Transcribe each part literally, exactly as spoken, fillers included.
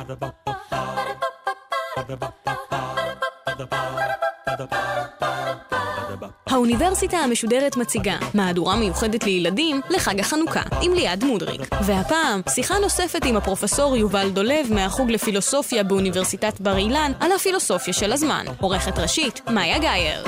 האוניברסיטה המשודרת מציגה מהדורה מיוחדת לילדים לחג החנוכה עם ליעד מודריק. והפעם שיחה נוספת עם הפרופסור יובל דולב מהחוג לפילוסופיה באוניברסיטת בר אילן על הפילוסופיה של הזמן. עורכת ראשית מאיה גייר.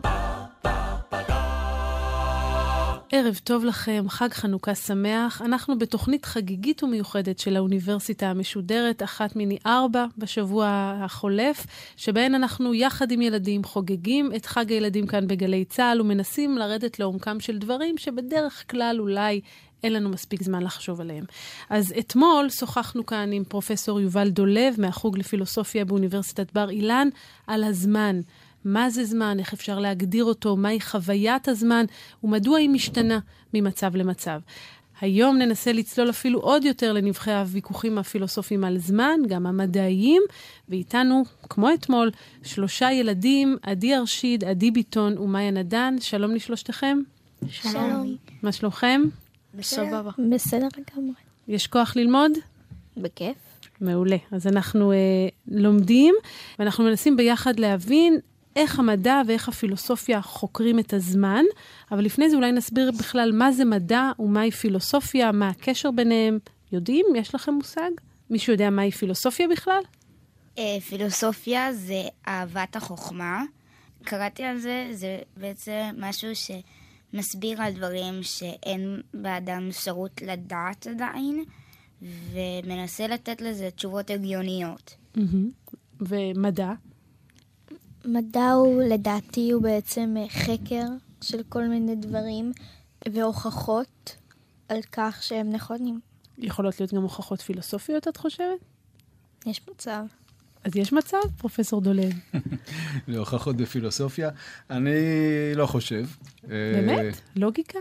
ערב טוב לכם, חג חנוכה שמח. אנחנו בתוכנית חגיגית ומיוחדת של האוניברסיטה המשודרת, אחת מיני ארבע בשבוע החולף, שבהן אנחנו יחד עם ילדים חוגגים את חג הילדים כאן בגלי צהל, ומנסים לרדת לעומקם של דברים שבדרך כלל אולי אין לנו מספיק זמן לחשוב עליהם. אז אתמול שוחחנו כאן עם פרופסור יובל דולב מהחוג לפילוסופיה באוניברסיטת בר אילן על הזמן. מה זה זמן, איך אפשר להגדיר אותו, מהי חוויית הזמן, ומדוע היא משתנה ממצב למצב. היום ננסה לצלול אפילו עוד יותר לנבחי הוויכוחים הפילוסופיים על זמן, גם המדעיים, ואיתנו, כמו אתמול, שלושה ילדים, עדי ארשיד, עדי ביטון ומאיה נדן. שלום לשלושתכם. שלום. מה שלומכם? בסדר. בסדר לגמרי. יש כוח ללמוד? בכיף. מעולה. אז אנחנו אה, לומדים, ואנחנו מנסים ביחד להבין איך המדע ואיך הפילוסופיה חוקרים את הזמן, אבל לפני זה אולי נסביר בכלל מה זה מדע ומהי פילוסופיה, מה הקשר ביניהם. יודעים? יש לכם מושג? מישהו יודע מהי פילוסופיה בכלל? פילוסופיה זה אהבת החוכמה. קראתי על זה, זה בעצם משהו שמסביר על דברים שאין באדם אפשרות לדעת עדיין, ומנסה לתת לזה תשובות הגיוניות. ומדע? מדע הוא, לדעתי, הוא בעצם חקר של כל מיני דברים והוכחות על כך שהם נכונים. יכולות להיות גם הוכחות פילוסופיות, את חושבת? יש מצב. אז יש מצב, פרופסור דולב? להוכחות בפילוסופיה? אני לא חושב. באמת? לוגיקה?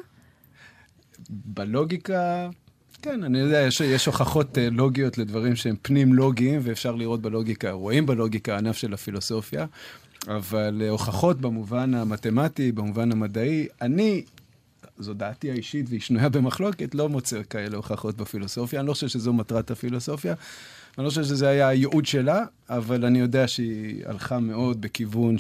בלוגיקה, כן, אני יודע, יש, יש הוכחות לוגיות לדברים שהם פנים לוגיים, ואפשר לראות בלוגיקה, רואים בלוגיקה הענף של הפילוסופיה, אבל הוכחות במובן המתמטי, במובן המדעי, אני, זו דעתי האישית והיא שנויה במחלוקת, לא מוצא כאלה הוכחות בפילוסופיה. אני לא חושב שזו מטרת הפילוסופיה, אני לא חושב שזה היה הייעוד שלה, אבל אני יודע שהיא הלכה מאוד בכיוון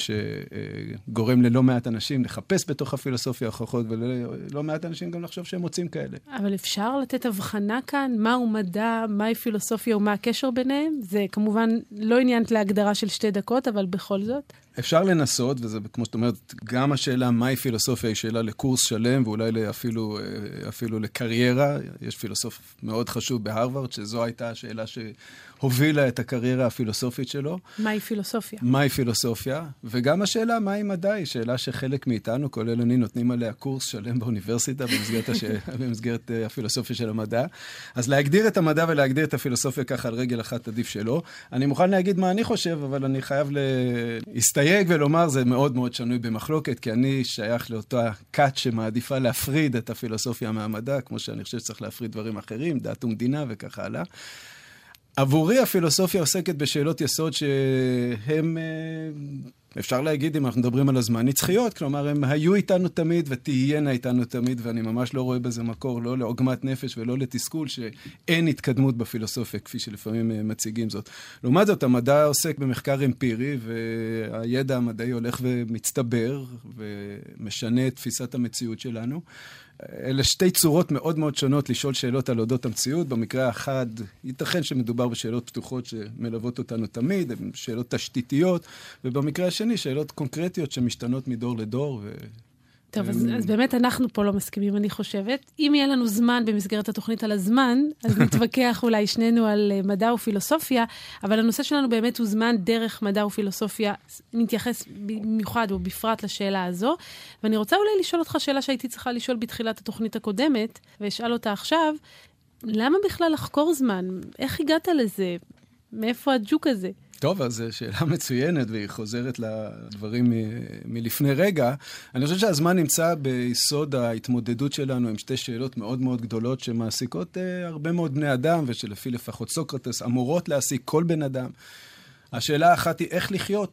שגורם ללא מעט אנשים לחפש בתוך הפילוסופיה הוכחות, וללא מעט אנשים גם לחשוב שהם מוצאים כאלה. אבל אפשר לתת הבחנה כאן, מהו מדע, מהי פילוסופיה ומה הקשר ביניהם? זה כמובן לא עניין להגדרה של שתי דקות, אבל בכל זאת. אפשר לנסות, וזה כמו שאת אומרת, גם השאלה מהי פילוסופיה היא שאלה לקורס שלם, ואולי אפילו, אפילו לקריירה. יש פילוסוף מאוד חשוב בהרווארד, שזו הייתה השאלה שהובילה את הקריירה הפילוסופית שלו. מהי פילוסופיה? מהי פילוסופיה, וגם השאלה מהי מדע, היא שאלה שחלק מאיתנו, כולל אני, נותנים עליה קורס שלם באוניברסיטה, במסגרת, הש... במסגרת הפילוסופיה של המדע. אז להגדיר את המדע ולהגדיר את הפילוסופיה ככה על רגל אחת עדיף שלו. אני מוכן להגיד מה אני חושב, אבל אני חייב להסתייג ולומר, זה מאוד מאוד שנוי במחלוקת, כי אני שייך לאותה קאט שמעדיפה להפריד את הפילוסופיה מהמדע, כמו שאני חושב שצריך להפריד דברים אחרים, דת ומדינה וכך הלאה. עבורי הפילוסופיה עוסקת בשאלות יסוד שהם, אפשר להגיד, אם אנחנו מדברים על הזמן, נצחיות, כלומר, הם היו איתנו תמיד ותהיינה איתנו תמיד, ואני ממש לא רואה בזה מקור, לא לעוגמת נפש ולא לתסכול, שאין התקדמות בפילוסופיה, כפי שלפעמים מציגים זאת. לעומת זאת, המדע עוסק במחקר אמפירי, והידע המדעי הולך ומצטבר, ומשנה את תפיסת המציאות שלנו. אלה שתי צורות מאוד מאוד שונות לשאול שאלות על אודות המציאות. במקרה האחד, ייתכן שמדובר בשאלות פתוחות שמלוות אותנו תמיד, הן שאלות תשתיתיות, ובמקרה השני, שאלות קונקרטיות שמשתנות מדור לדור. ו... טוב, אז, אז באמת אנחנו פה לא מסכימים, אני חושבת. אם יהיה לנו זמן במסגרת התוכנית על הזמן, אז נתווכח אולי שנינו על מדע ופילוסופיה, אבל הנושא שלנו באמת הוא זמן דרך מדע ופילוסופיה, נתייחס במיוחד או בפרט לשאלה הזו, ואני רוצה אולי לשאול אותך שאלה שהייתי צריכה לשאול בתחילת התוכנית הקודמת, ואשאל אותה עכשיו, למה בכלל לחקור זמן? איך הגעת לזה? מאיפה הג'וק הזה? טוב, אז זו שאלה מצוינת, והיא חוזרת לדברים מ- מלפני רגע. אני חושב שהזמן נמצא ביסוד ההתמודדות שלנו עם שתי שאלות מאוד מאוד גדולות שמעסיקות אה, הרבה מאוד בני אדם, ושלפי לפחות סוקרטס אמורות להעסיק כל בן אדם. השאלה האחת היא איך לחיות.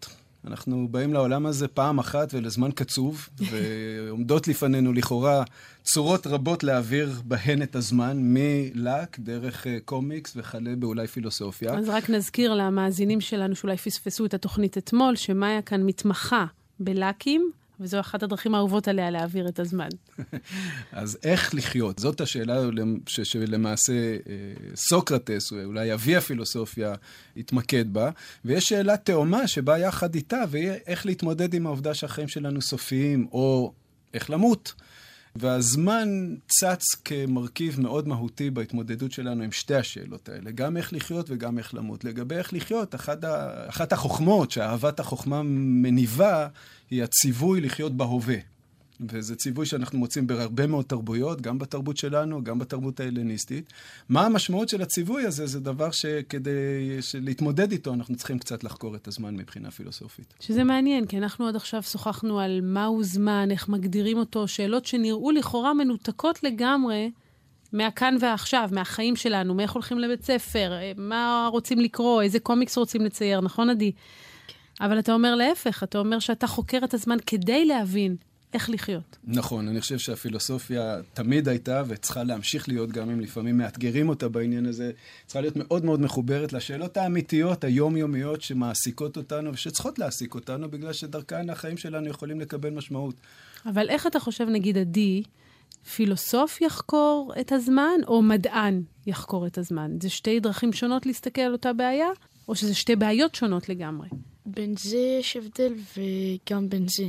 אנחנו באים לעולם הזה פעם אחת ולזמן קצוב, ועומדות לפנינו לכאורה צורות רבות להעביר בהן את הזמן, מלק, דרך קומיקס וכלה באולי פילוסופיה. אז רק נזכיר למאזינים שלנו שאולי פספסו את התוכנית אתמול, שמאיה כאן מתמחה בלקים, וזו אחת הדרכים האהובות עליה להעביר את הזמן. אז איך לחיות? זאת השאלה ש- שלמעשה סוקרטס, אולי אבי הפילוסופיה, התמקד בה, ויש שאלה תאומה שבאה יחד איתה, והיא איך להתמודד עם העובדה שהחיים שלנו סופיים, או איך למות. והזמן צץ כמרכיב מאוד מהותי בהתמודדות שלנו עם שתי השאלות האלה, גם איך לחיות וגם איך למות. לגבי איך לחיות, אחת, ה... אחת החוכמות שאהבת החוכמה מניבה, היא הציווי לחיות בהווה. וזה ציווי שאנחנו מוצאים בהרבה מאוד תרבויות, גם בתרבות שלנו, גם בתרבות ההלניסטית. מה המשמעות של הציווי הזה? זה דבר שכדי להתמודד איתו, אנחנו צריכים קצת לחקור את הזמן מבחינה פילוסופית. שזה מעניין, כי אנחנו עד עכשיו שוחחנו על מהו זמן, איך מגדירים אותו, שאלות שנראו לכאורה מנותקות לגמרי מהכאן והעכשיו, מהחיים שלנו, מאיך הולכים לבית ספר, מה רוצים לקרוא, איזה קומיקס רוצים לצייר, נכון עדי? אבל אתה אומר להפך, אתה אומר שאתה חוקר את הזמן כדי להבין איך לחיות. נכון, אני חושב שהפילוסופיה תמיד הייתה, וצריכה להמשיך להיות, גם אם לפעמים מאתגרים אותה בעניין הזה, צריכה להיות מאוד מאוד מחוברת לשאלות האמיתיות, היומיומיות, שמעסיקות אותנו, ושצריכות להעסיק אותנו, בגלל שדרכן החיים שלנו יכולים לקבל משמעות. אבל איך אתה חושב, נגיד עדי, פילוסוף יחקור את הזמן, או מדען יחקור את הזמן? זה שתי דרכים שונות להסתכל על אותה בעיה, או שזה שתי בעיות שונות לגמרי? בין זה יש הבדל וגם בין זה.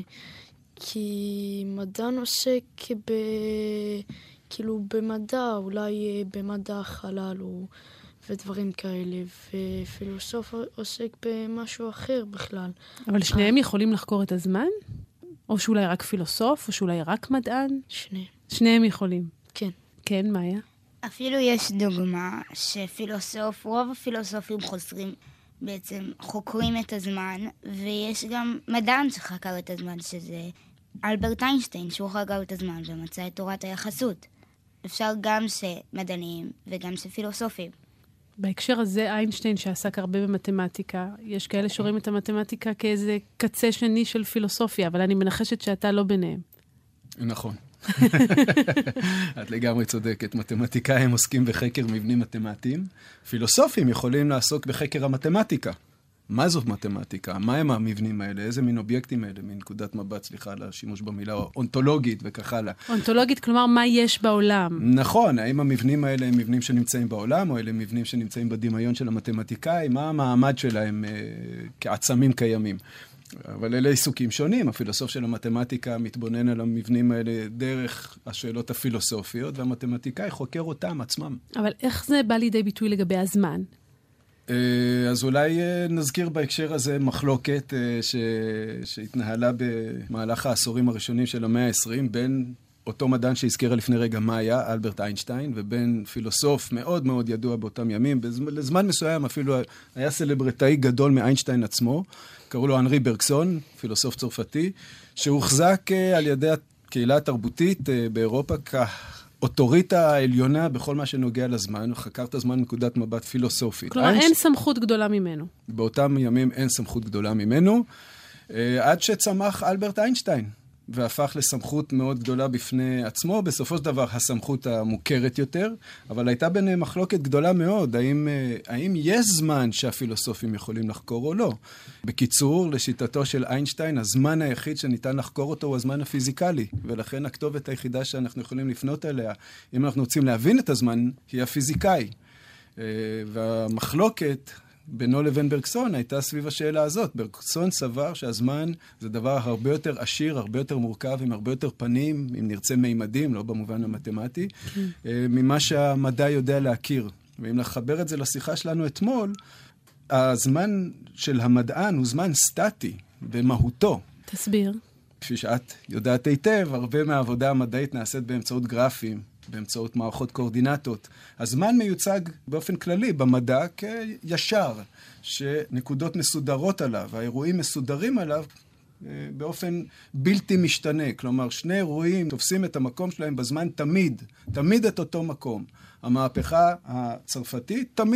כי מדען עוסק ב... כאילו במדע, אולי במדע החלל או... ודברים כאלה, ופילוסוף עוסק במשהו אחר בכלל. אבל שניהם יכולים לחקור את הזמן? או שאולי רק פילוסוף, או שאולי רק מדען? שניהם. שניהם יכולים. כן. כן, מאיה? אפילו יש דוגמה שפילוסוף, רוב הפילוסופים חוזרים, בעצם חוקרים את הזמן, ויש גם מדען שחקר את הזמן, שזה אלברט איינשטיין, שהוא חקר את הזמן ומצא את תורת היחסות. אפשר גם שמדענים וגם שפילוסופים. בהקשר הזה, איינשטיין שעסק הרבה במתמטיקה, יש כאלה שרואים את המתמטיקה כאיזה קצה שני של פילוסופיה, אבל אני מנחשת שאתה לא ביניהם. נכון. את לגמרי צודקת. מתמטיקאים עוסקים בחקר מבנים מתמטיים. פילוסופים יכולים לעסוק בחקר המתמטיקה. מה זאת מתמטיקה? מה הם המבנים האלה? איזה מין אובייקטים האלה? מנקודת מבט, סליחה על השימוש במילה אונתולוגית וכך הלאה. אונתולוגית, כלומר, מה יש בעולם? נכון. האם המבנים האלה הם מבנים שנמצאים בעולם, או אלה מבנים שנמצאים בדמיון של המתמטיקאי? מה המעמד שלהם אה, כעצמים קיימים? אבל אלה עיסוקים שונים. הפילוסוף של המתמטיקה מתבונן על המבנים האלה דרך השאלות הפילוסופיות, והמתמטיקאי חוקר אותם עצמם. אבל איך זה בא לידי ביטוי לגבי הזמן? אז אולי נזכיר בהקשר הזה מחלוקת ש... שהתנהלה במהלך העשורים הראשונים של המאה ה-עשרים, בין אותו מדען שהזכירה לפני רגע מאיה, אלברט איינשטיין, ובין פילוסוף מאוד מאוד ידוע באותם ימים, לזמן מסוים אפילו היה סלברטאי גדול מאיינשטיין עצמו, קראו לו אנרי ברגסון, פילוסוף צרפתי, שהוחזק על ידי הקהילה התרבותית באירופה כאוטוריטה העליונה בכל מה שנוגע לזמן, וחקר את הזמן מנקודת מבט פילוסופית. כלומר, אין סמכות גדולה ממנו. באותם ימים אין סמכות גדולה ממנו, עד שצמח אלברט איינשטיין, והפך לסמכות מאוד גדולה בפני עצמו, בסופו של דבר הסמכות המוכרת יותר, אבל הייתה ביניהם מחלוקת גדולה מאוד, האם, האם יש זמן שהפילוסופים יכולים לחקור או לא. בקיצור, לשיטתו של איינשטיין, הזמן היחיד שניתן לחקור אותו הוא הזמן הפיזיקלי, ולכן הכתובת היחידה שאנחנו יכולים לפנות אליה, אם אנחנו רוצים להבין את הזמן, היא הפיזיקאי. והמחלוקת בינו לבין ברגסון הייתה סביב השאלה הזאת. ברגסון סבר שהזמן זה דבר הרבה יותר עשיר, הרבה יותר מורכב, עם הרבה יותר פנים, אם נרצה מימדים, לא במובן המתמטי, ממה שהמדע יודע להכיר. ואם לחבר את זה לשיחה שלנו אתמול, הזמן של המדען הוא זמן סטטי במהותו. תסביר. כפי שאת יודעת היטב, הרבה מהעבודה המדעית נעשית באמצעות גרפים, באמצעות מערכות קואורדינטות. הזמן מיוצג באופן כללי במדע כישר, שנקודות מסודרות עליו, האירועים מסודרים עליו באופן בלתי משתנה. כלומר, שני אירועים תופסים את המקום שלהם בזמן תמיד, תמיד את אותו מקום. המהפכה הצרפתית תמיד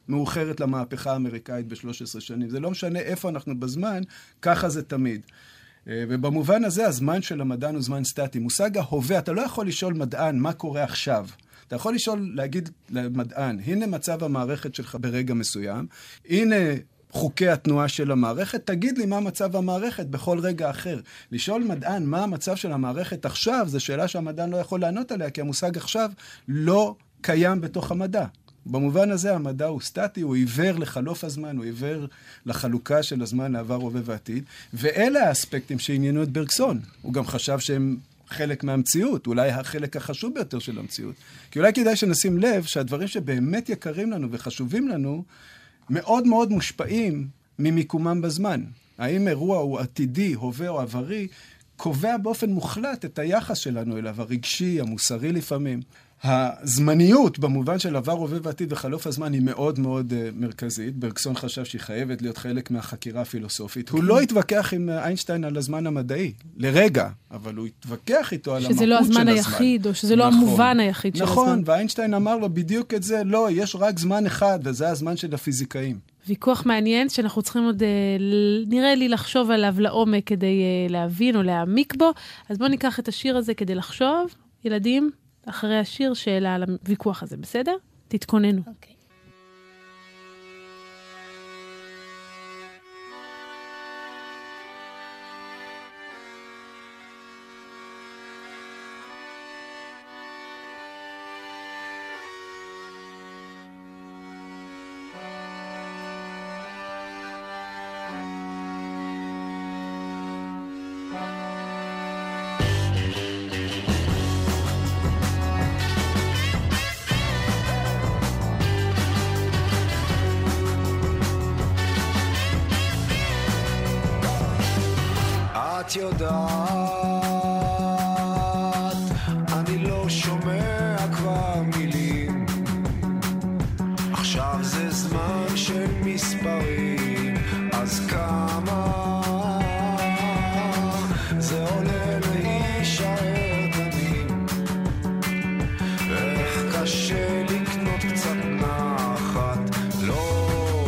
מאוחרת למהפכה האמריקאית ב-שלוש עשרה שנים. זה לא משנה איפה אנחנו בזמן, ככה זה תמיד. ובמובן הזה, הזמן של המדען הוא זמן סטטי. מושג ההווה, אתה לא יכול לשאול מדען מה קורה עכשיו. אתה יכול לשאול, להגיד למדען, הנה מצב המערכת שלך ברגע מסוים, הנה חוקי התנועה של המערכת, תגיד לי מה מצב המערכת בכל רגע אחר. לשאול מדען מה המצב של המערכת עכשיו, זו שאלה שהמדען לא יכול לענות עליה, כי המושג עכשיו לא קיים בתוך המדע. במובן הזה המדע הוא סטטי, הוא עיוור לחלוף הזמן, הוא עיוור לחלוקה של הזמן לעבר, הווה ועתיד, ואלה האספקטים שעניינו את ברגסון. הוא גם חשב שהם חלק מהמציאות, אולי החלק החשוב ביותר של המציאות. כי אולי כדאי שנשים לב שהדברים שבאמת יקרים לנו וחשובים לנו, מאוד מאוד מושפעים ממיקומם בזמן. האם אירוע הוא עתידי, הווה או עברי, קובע באופן מוחלט את היחס שלנו אליו, הרגשי, המוסרי לפעמים. הזמניות במובן של עבר, הווה ועתיד וחלוף הזמן היא מאוד מאוד uh, מרכזית. ברגסון חשב שהיא חייבת להיות חלק מהחקירה הפילוסופית. הוא לא התווכח עם איינשטיין על הזמן המדעי, לרגע, אבל הוא התווכח איתו על המהות של הזמן. שזה לא הזמן היחיד, או שזה לא המובן היחיד של הזמן. נכון, ואיינשטיין אמר לו בדיוק את זה, לא, יש רק זמן אחד, וזה הזמן של הפיזיקאים. ויכוח מעניין שאנחנו צריכים עוד, נראה לי, לחשוב עליו לעומק כדי להבין או להעמיק בו. אז בואו ניקח את השיר הזה כדי לחשוב. ילדים, אחרי השיר שאלה על הוויכוח הזה, בסדר? תתכוננו. אוקיי. את יודעת, אני לא שומע כבר מילים. עכשיו זה זמן של מספרים, אז כמה זה עולה להישאר תמים. איך קשה לקנות קצת נחת, לא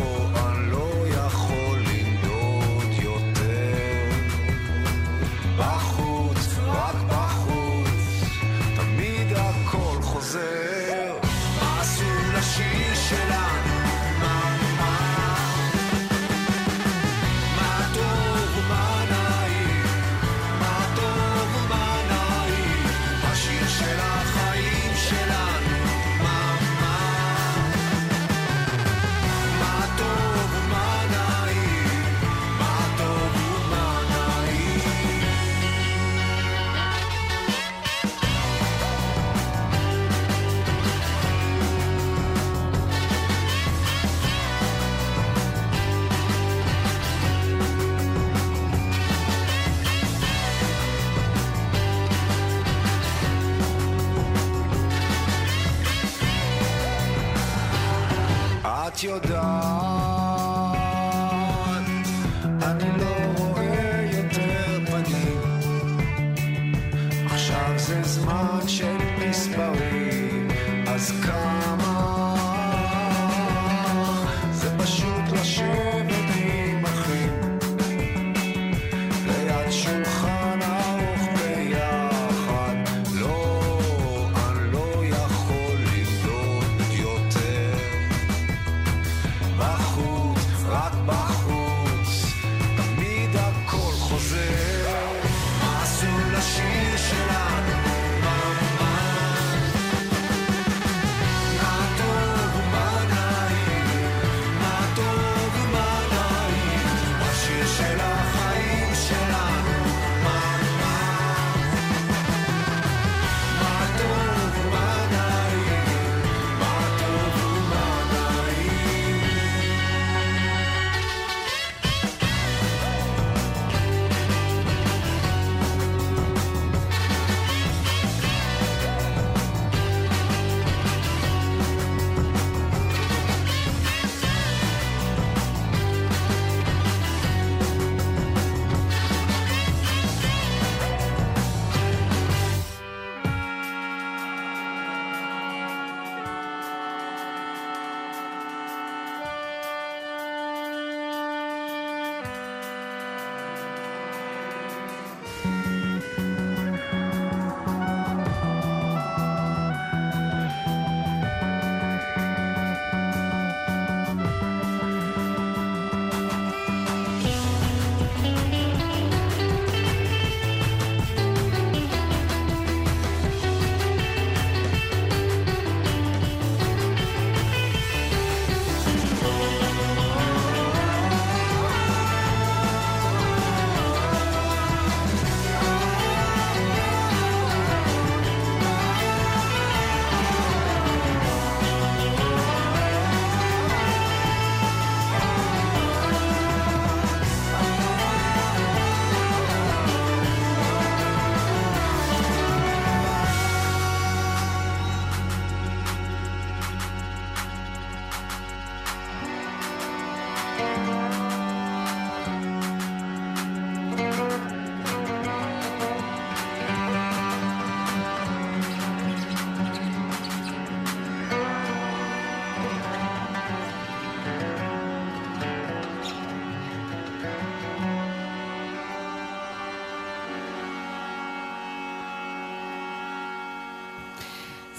את יודעת, אני לא רואה יותר פנים. עכשיו זה זמן של מספרים, אז כמה זה פשוט לשבת עם אחים ליד שולחן ארוך ביחד. לא, אני לא יכול למדוד יותר בחוץ, רק בחוץ, תמיד הכל חוזר. מה עשו לשיר שלנו? מה טוב ומה נעים, מה טוב ומה נעים, השיר של החיים שלנו. מה טוב ומה נעים, מה טוב ומה נעים.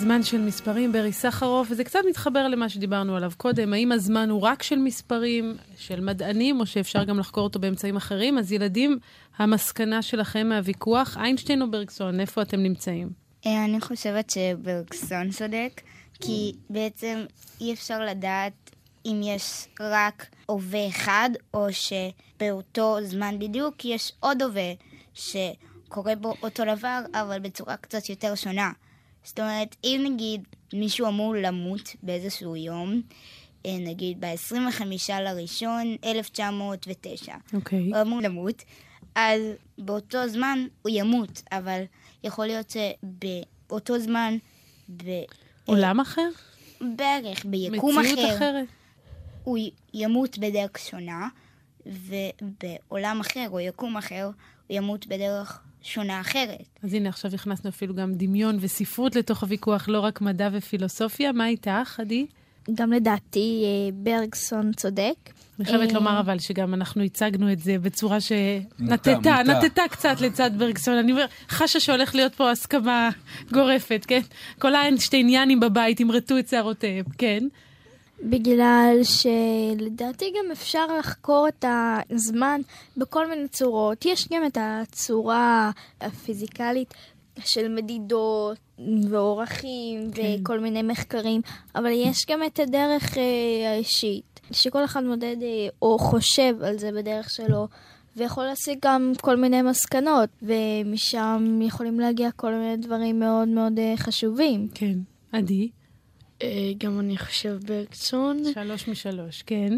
זמן של מספרים, ברי סחרוף, וזה קצת מתחבר למה שדיברנו עליו קודם. האם הזמן הוא רק של מספרים, של מדענים, או שאפשר גם לחקור אותו באמצעים אחרים? אז ילדים, המסקנה שלכם מהוויכוח, איינשטיין או ברגסון, איפה אתם נמצאים? אני חושבת שברגסון צודק, כי בעצם אי אפשר לדעת אם יש רק הווה אחד, או שבאותו זמן בדיוק יש עוד הווה שקורה בו אותו דבר, אבל בצורה קצת יותר שונה. זאת אומרת, אם נגיד מישהו אמור למות באיזשהו יום, נגיד ב-עשרים וחמישה לראשון אלף תשע מאות ותשע, אוקיי. הוא אמור למות, אז באותו זמן הוא ימות, אבל יכול להיות שבאותו זמן, עולם אחר? בערך, ביקום אחר. מציאות אחרת. הוא ימות בדרך שונה, ובעולם אחר או יקום אחר הוא ימות בדרך שונה אחרת. אז הנה, עכשיו הכנסנו אפילו גם דמיון וספרות לתוך הוויכוח, לא רק מדע ופילוסופיה. מה איתך, עדי? גם לדעתי ברגסון צודק. אני חייבת לומר אבל שגם אנחנו הצגנו את זה בצורה שנטטה, נטטה קצת לצד ברגסון. אני חשה שהולך להיות פה הסכמה גורפת, כן? כל האיינשטייניאנים בבית ימרטו את שערותיהם, כן? בגלל שלדעתי גם אפשר לחקור את הזמן בכל מיני צורות. יש גם את הצורה הפיזיקלית של מדידות ואורחים כן. וכל מיני מחקרים, אבל יש גם את הדרך אה, האישית, שכל אחד מודד אה, או חושב על זה בדרך שלו, ויכול להשיג גם כל מיני מסקנות, ומשם יכולים להגיע כל מיני דברים מאוד מאוד אה, חשובים. כן. עדי? גם אני חושב ברגסון. שלוש משלוש, כן.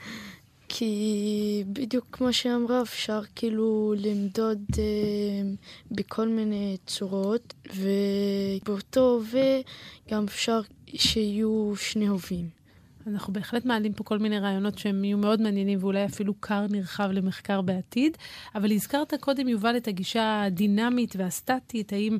כי בדיוק כמו שאמרה, אפשר כאילו למדוד אה, בכל מיני צורות, ובאותו וגם אפשר שיהיו שני הווים. אנחנו בהחלט מעלים פה כל מיני רעיונות שהם יהיו מאוד מעניינים, ואולי אפילו קר נרחב למחקר בעתיד. אבל הזכרת קודם, יובל, את הגישה הדינמית והסטטית, האם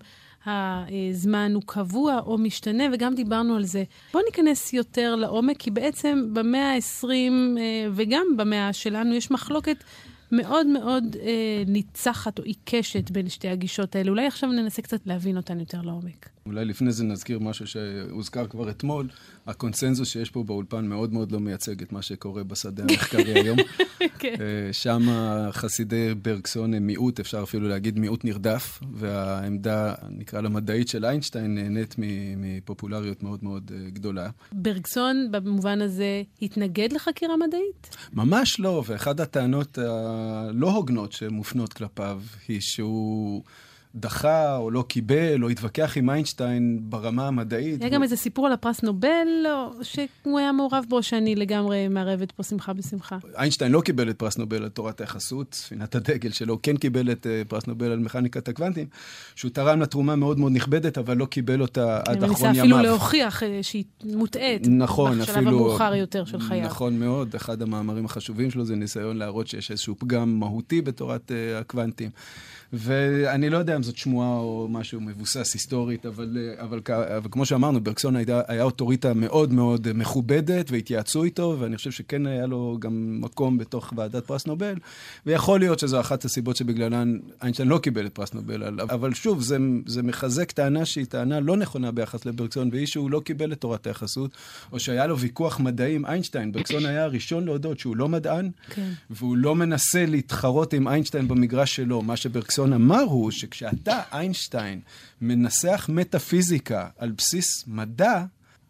הזמן הוא קבוע או משתנה, וגם דיברנו על זה. בואו ניכנס יותר לעומק, כי בעצם במאה ה-עשרים וגם במאה שלנו יש מחלוקת מאוד מאוד אה, ניצחת או עיקשת בין שתי הגישות האלה. אולי עכשיו ננסה קצת להבין אותן יותר לעומק. אולי לפני זה נזכיר משהו שהוזכר כבר אתמול, הקונסנזוס שיש פה באולפן מאוד מאוד לא מייצג את מה שקורה בשדה המחקרי היום. כן. שם חסידי ברגסון הם מיעוט, אפשר אפילו להגיד מיעוט נרדף, והעמדה, נקרא לה מדעית של איינשטיין, נהנית מפופולריות מאוד מאוד גדולה. ברגסון במובן הזה התנגד לחקירה מדעית? ממש לא, ואחד הטענות הלא הוגנות שמופנות כלפיו היא שהוא דחה או לא קיבל או התווכח עם איינשטיין ברמה המדעית. היה גם איזה סיפור על הפרס נובל, שהוא היה מעורב בו, שאני לגמרי מערבת פה שמחה בשמחה. איינשטיין לא קיבל את פרס נובל על תורת היחסות, ספינת הדגל שלו, כן קיבל את פרס נובל על מכניקת הקוונטים, שהוא תרם לתרומה מאוד מאוד נכבדת, אבל לא קיבל אותה עד אחרון ימיו. אפילו להוכיח שהיא מוטעית. נכון, בשלב אפילו... המאוחר יותר של חייו. נכון מאוד, אחד המאמרים החשובים שלו זה ניסיון להראות שיש איזשהו פגם מהותי בתורת הקוונטים. ואני לא יודע אם זאת שמועה או משהו מבוסס היסטורית, אבל, אבל, אבל כמו שאמרנו, ברגסון היה, היה אוטוריטה מאוד מאוד מכובדת, והתייעצו איתו, ואני חושב שכן היה לו גם מקום בתוך ועדת פרס נובל, ויכול להיות שזו אחת הסיבות שבגללן איינשטיין לא קיבל את פרס נובל, אבל שוב, זה, זה מחזק טענה שהיא טענה לא נכונה ביחס לברגסון, והיא שהוא לא קיבל את תורת היחסות, או שהיה לו ויכוח מדעי עם איינשטיין. ברגסון היה הראשון להודות שהוא לא מדען, כן. והוא לא מנסה להתחרות עם איינשטיין במגרש שלו. מה שברגסון אמר הוא שכשאתה, איינשטיין, מנסח מטאפיזיקה על בסיס מדע,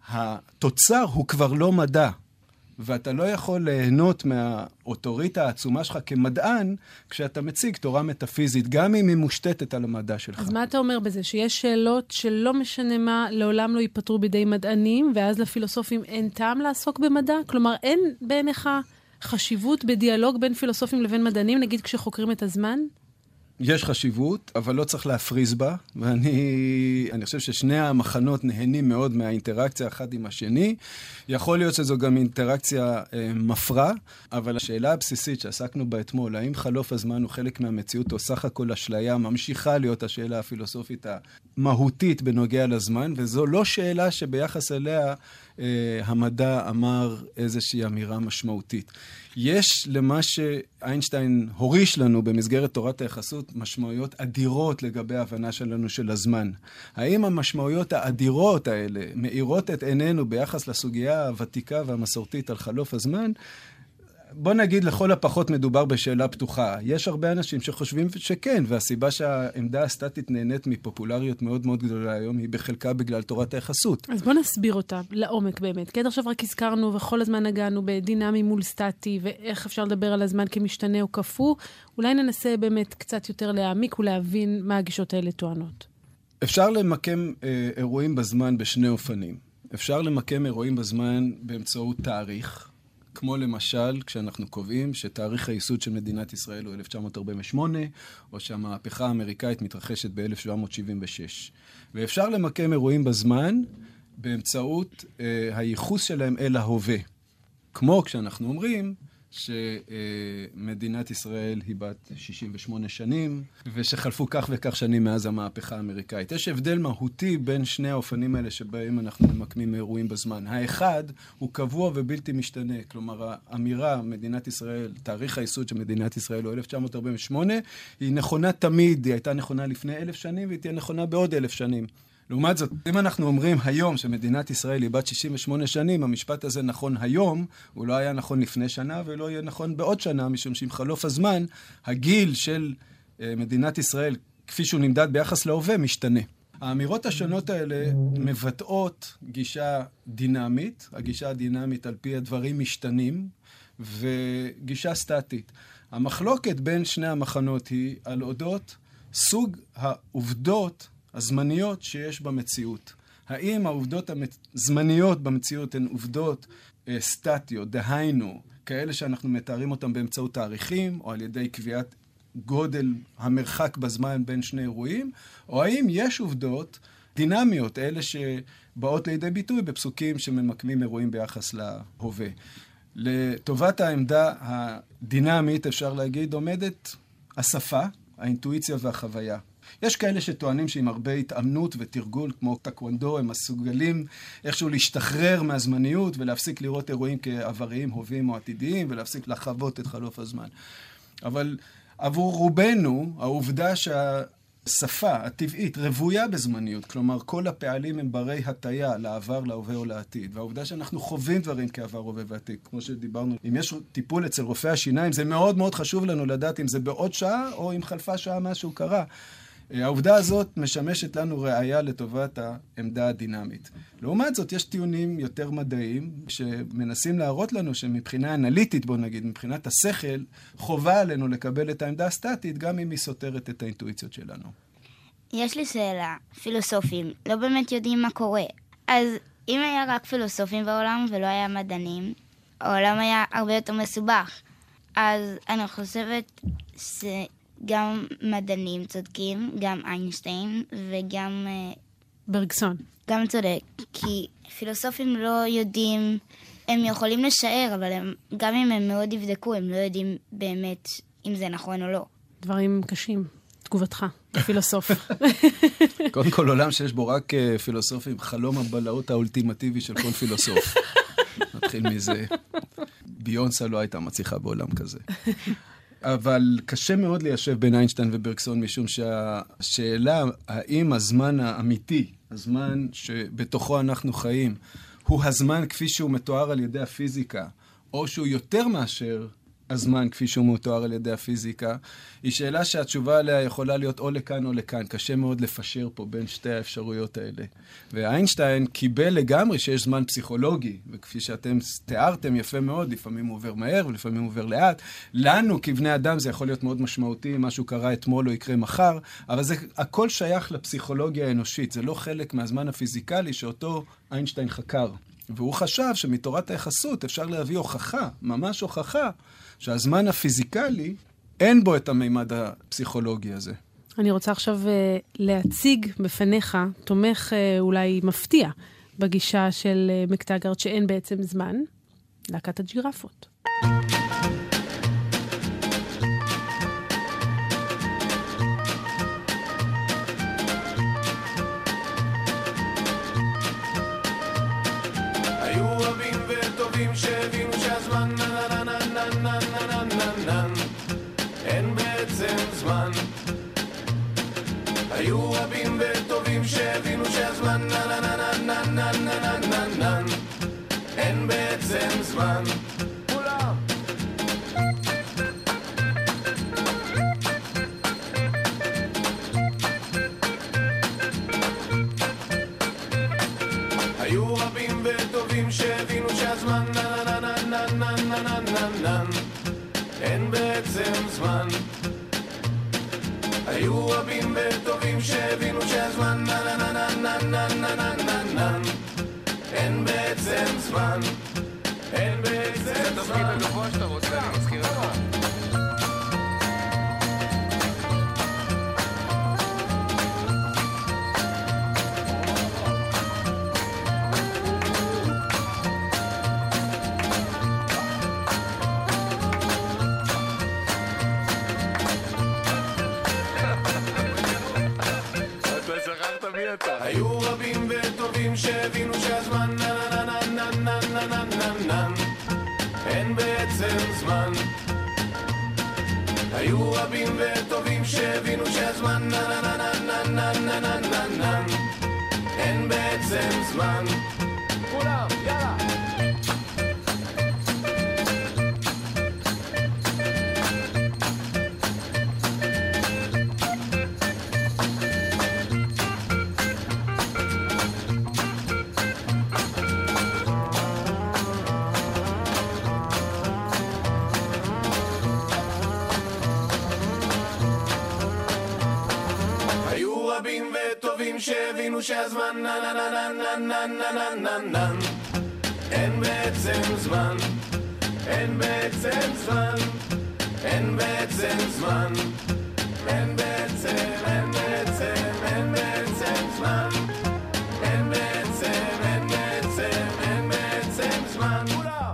התוצר הוא כבר לא מדע. ואתה לא יכול ליהנות מהאוטוריטה העצומה שלך כמדען, כשאתה מציג תורה מטאפיזית, גם אם היא מושתתת על המדע שלך. אז מה אתה אומר בזה? שיש שאלות שלא משנה מה, לעולם לא ייפתרו בידי מדענים, ואז לפילוסופים אין טעם לעסוק במדע? כלומר, אין בעיניך חשיבות בדיאלוג בין פילוסופים לבין מדענים, נגיד כשחוקרים את הזמן? יש חשיבות, אבל לא צריך להפריז בה, ואני אני חושב ששני המחנות נהנים מאוד מהאינטראקציה אחד עם השני. יכול להיות שזו גם אינטראקציה אה, מפרה, אבל השאלה הבסיסית שעסקנו בה אתמול, האם חלוף הזמן הוא חלק מהמציאות או סך הכל אשליה, ממשיכה להיות השאלה הפילוסופית המהותית בנוגע לזמן, וזו לא שאלה שביחס אליה המדע אמר איזושהי אמירה משמעותית. יש למה שאיינשטיין הוריש לנו במסגרת תורת היחסות משמעויות אדירות לגבי ההבנה שלנו של הזמן. האם המשמעויות האדירות האלה מאירות את עינינו ביחס לסוגיה הוותיקה והמסורתית על חלוף הזמן? בוא נגיד, לכל הפחות מדובר בשאלה פתוחה. יש הרבה אנשים שחושבים שכן, והסיבה שהעמדה הסטטית נהנית מפופולריות מאוד מאוד גדולה היום, היא בחלקה בגלל תורת היחסות. אז בוא נסביר אותה לעומק באמת. כי עד עכשיו רק הזכרנו וכל הזמן נגענו בדינמי מול סטטי, ואיך אפשר לדבר על הזמן כמשתנה או כפו. אולי ננסה באמת קצת יותר להעמיק ולהבין מה הגישות האלה טוענות. אפשר למקם אה, אירועים בזמן בשני אופנים. אפשר למקם אירועים בזמן באמצעות תאריך, כמו למשל, כשאנחנו קובעים שתאריך הייסוד של מדינת ישראל הוא אלף תשע מאות ארבעים ושמונה, או שהמהפכה האמריקאית מתרחשת ב-אלף שבע מאות שבעים ושש. ואפשר למקם אירועים בזמן באמצעות אה, הייחוס שלהם אל ההווה. כמו כשאנחנו אומרים שמדינת ישראל היא בת שישים ושמונה שנים, ושחלפו כך וכך שנים מאז המהפכה האמריקאית. יש הבדל מהותי בין שני האופנים האלה שבהם אנחנו ממקמים אירועים בזמן. האחד הוא קבוע ובלתי משתנה, כלומר האמירה מדינת ישראל, תאריך הייסוד של מדינת ישראל הוא אלף תשע מאות ארבעים ושמונה, היא נכונה תמיד, היא הייתה נכונה לפני אלף שנים והיא תהיה נכונה בעוד אלף שנים. לעומת זאת, אם אנחנו אומרים היום שמדינת ישראל היא בת שישים ושמונה שנים, המשפט הזה נכון היום, הוא לא היה נכון לפני שנה, ולא יהיה נכון בעוד שנה, משום שעם חלוף הזמן, הגיל של uh, מדינת ישראל, כפי שהוא נמדד ביחס להווה, משתנה. האמירות השונות האלה מבטאות גישה דינמית, הגישה הדינמית על פי הדברים משתנים, וגישה סטטית. המחלוקת בין שני המחנות היא על אודות סוג העובדות הזמניות שיש במציאות. האם העובדות הזמניות במציאות הן עובדות אה, סטטיות, דהיינו, כאלה שאנחנו מתארים אותם באמצעות תאריכים, או על ידי קביעת גודל המרחק בזמן בין שני אירועים, או האם יש עובדות דינמיות, אלה שבאות לידי ביטוי בפסוקים שממקמים אירועים ביחס להווה. לטובת העמדה הדינמית, אפשר להגיד, עומדת השפה, האינטואיציה והחוויה. יש כאלה שטוענים שעם הרבה התאמנות ותרגול, כמו טקוונדו, הם מסוגלים איכשהו להשתחרר מהזמניות ולהפסיק לראות אירועים כעבריים, הווים או עתידיים, ולהפסיק לחוות את חלוף הזמן. אבל עבור רובנו, העובדה שהשפה הטבעית רבויה בזמניות, כלומר כל הפעלים הם ברי הטיה לעבר, להווה או לעתיד, והעובדה שאנחנו חווים דברים כעבר, הווה ועתיד, כמו שדיברנו, אם יש טיפול אצל רופא השיניים, זה מאוד מאוד חשוב לנו לדעת אם זה בעוד שעה או אם חלפה שעה משהו קרה. העובדה הזאת משמשת לנו ראייה לטובת העמדה הדינמית. לעומת זאת, יש טיעונים יותר מדעיים שמנסים להראות לנו שמבחינה אנליטית, בוא נגיד, מבחינת השכל, חובה עלינו לקבל את העמדה הסטטית, גם אם היא סותרת את האינטואיציות שלנו. יש לי שאלה, פילוסופים לא באמת יודעים מה קורה. אז אם היה רק פילוסופים בעולם ולא היה מדענים, העולם היה הרבה יותר מסובך. אז אני חושבת ש... גם מדענים צודקים, גם איינשטיין וגם... ברגסון. גם צודק, כי פילוסופים לא יודעים, הם יכולים לשער, אבל הם, גם אם הם מאוד יבדקו, הם לא יודעים באמת אם זה נכון או לא. דברים קשים, תגובתך, פילוסוף. קודם כל, עולם שיש בו רק פילוסופים, חלום הבלהות האולטימטיבי של כל פילוסוף. נתחיל מזה. ביונסה לא הייתה מצליחה בעולם כזה. אבל קשה מאוד ליישב בין איינשטיין וברגסון, משום שהשאלה, האם הזמן האמיתי, הזמן שבתוכו אנחנו חיים, הוא הזמן כפי שהוא מתואר על ידי הפיזיקה, או שהוא יותר מאשר הזמן כפי שהוא מתואר על ידי הפיזיקה, היא שאלה שהתשובה עליה יכולה להיות או לכאן או לכאן. קשה מאוד לפשר פה בין שתי האפשרויות האלה. ואיינשטיין קיבל לגמרי שיש זמן פסיכולוגי, וכפי שאתם תיארתם יפה מאוד, לפעמים הוא עובר מהר ולפעמים הוא עובר לאט. לנו כבני אדם זה יכול להיות מאוד משמעותי, משהו קרה אתמול או יקרה מחר, אבל זה הכל שייך לפסיכולוגיה האנושית, זה לא חלק מהזמן הפיזיקלי שאותו איינשטיין חקר. והוא חשב שמתורת היחסות אפשר להביא הוכחה, ממש הוכחה, שהזמן הפיזיקלי אין בו את המימד הפסיכולוגי הזה. אני רוצה עכשיו uh, להציג בפניך, תומך uh, אולי מפתיע, בגישה של uh, מקטגרד שאין בעצם זמן, להקת הג'ירפות. היו רבים וטובים שהבינו שהזמן נא נא נא נא נא נא נא נא נא אין בעצם זמן. כולם היו רבים וטובים שהבינו שהזמן נא נא נא נא נא נא נא נא נא אין בעצם זמן. היו רבים וטובים שהבינו שהזמן נא נא נא נא נא נא נא נא נא אין בעצם זמן. אין בעצם זמן. זה תפקיד הגבוה שאתה רוצה, אני מזכיר לך. היו רבים וטובים שהבינו שהזמן נא נא נא נא נא נא נא נא נא אין בעצם זמן. היו רבים וטובים שהבינו שהזמן נא נא נא נא נא נא נא נא נא אין בעצם זמן. כולם, יאללה. שהבינו שהזמן נא נא נא נא נא נא נא נא נא אין בעצם זמן. אין בעצם זמן. אין בעצם זמן. אין בעצם אין בעצם אין בעצם זמן. אין בעצם אין בעצם אין בעצם זמן. כולם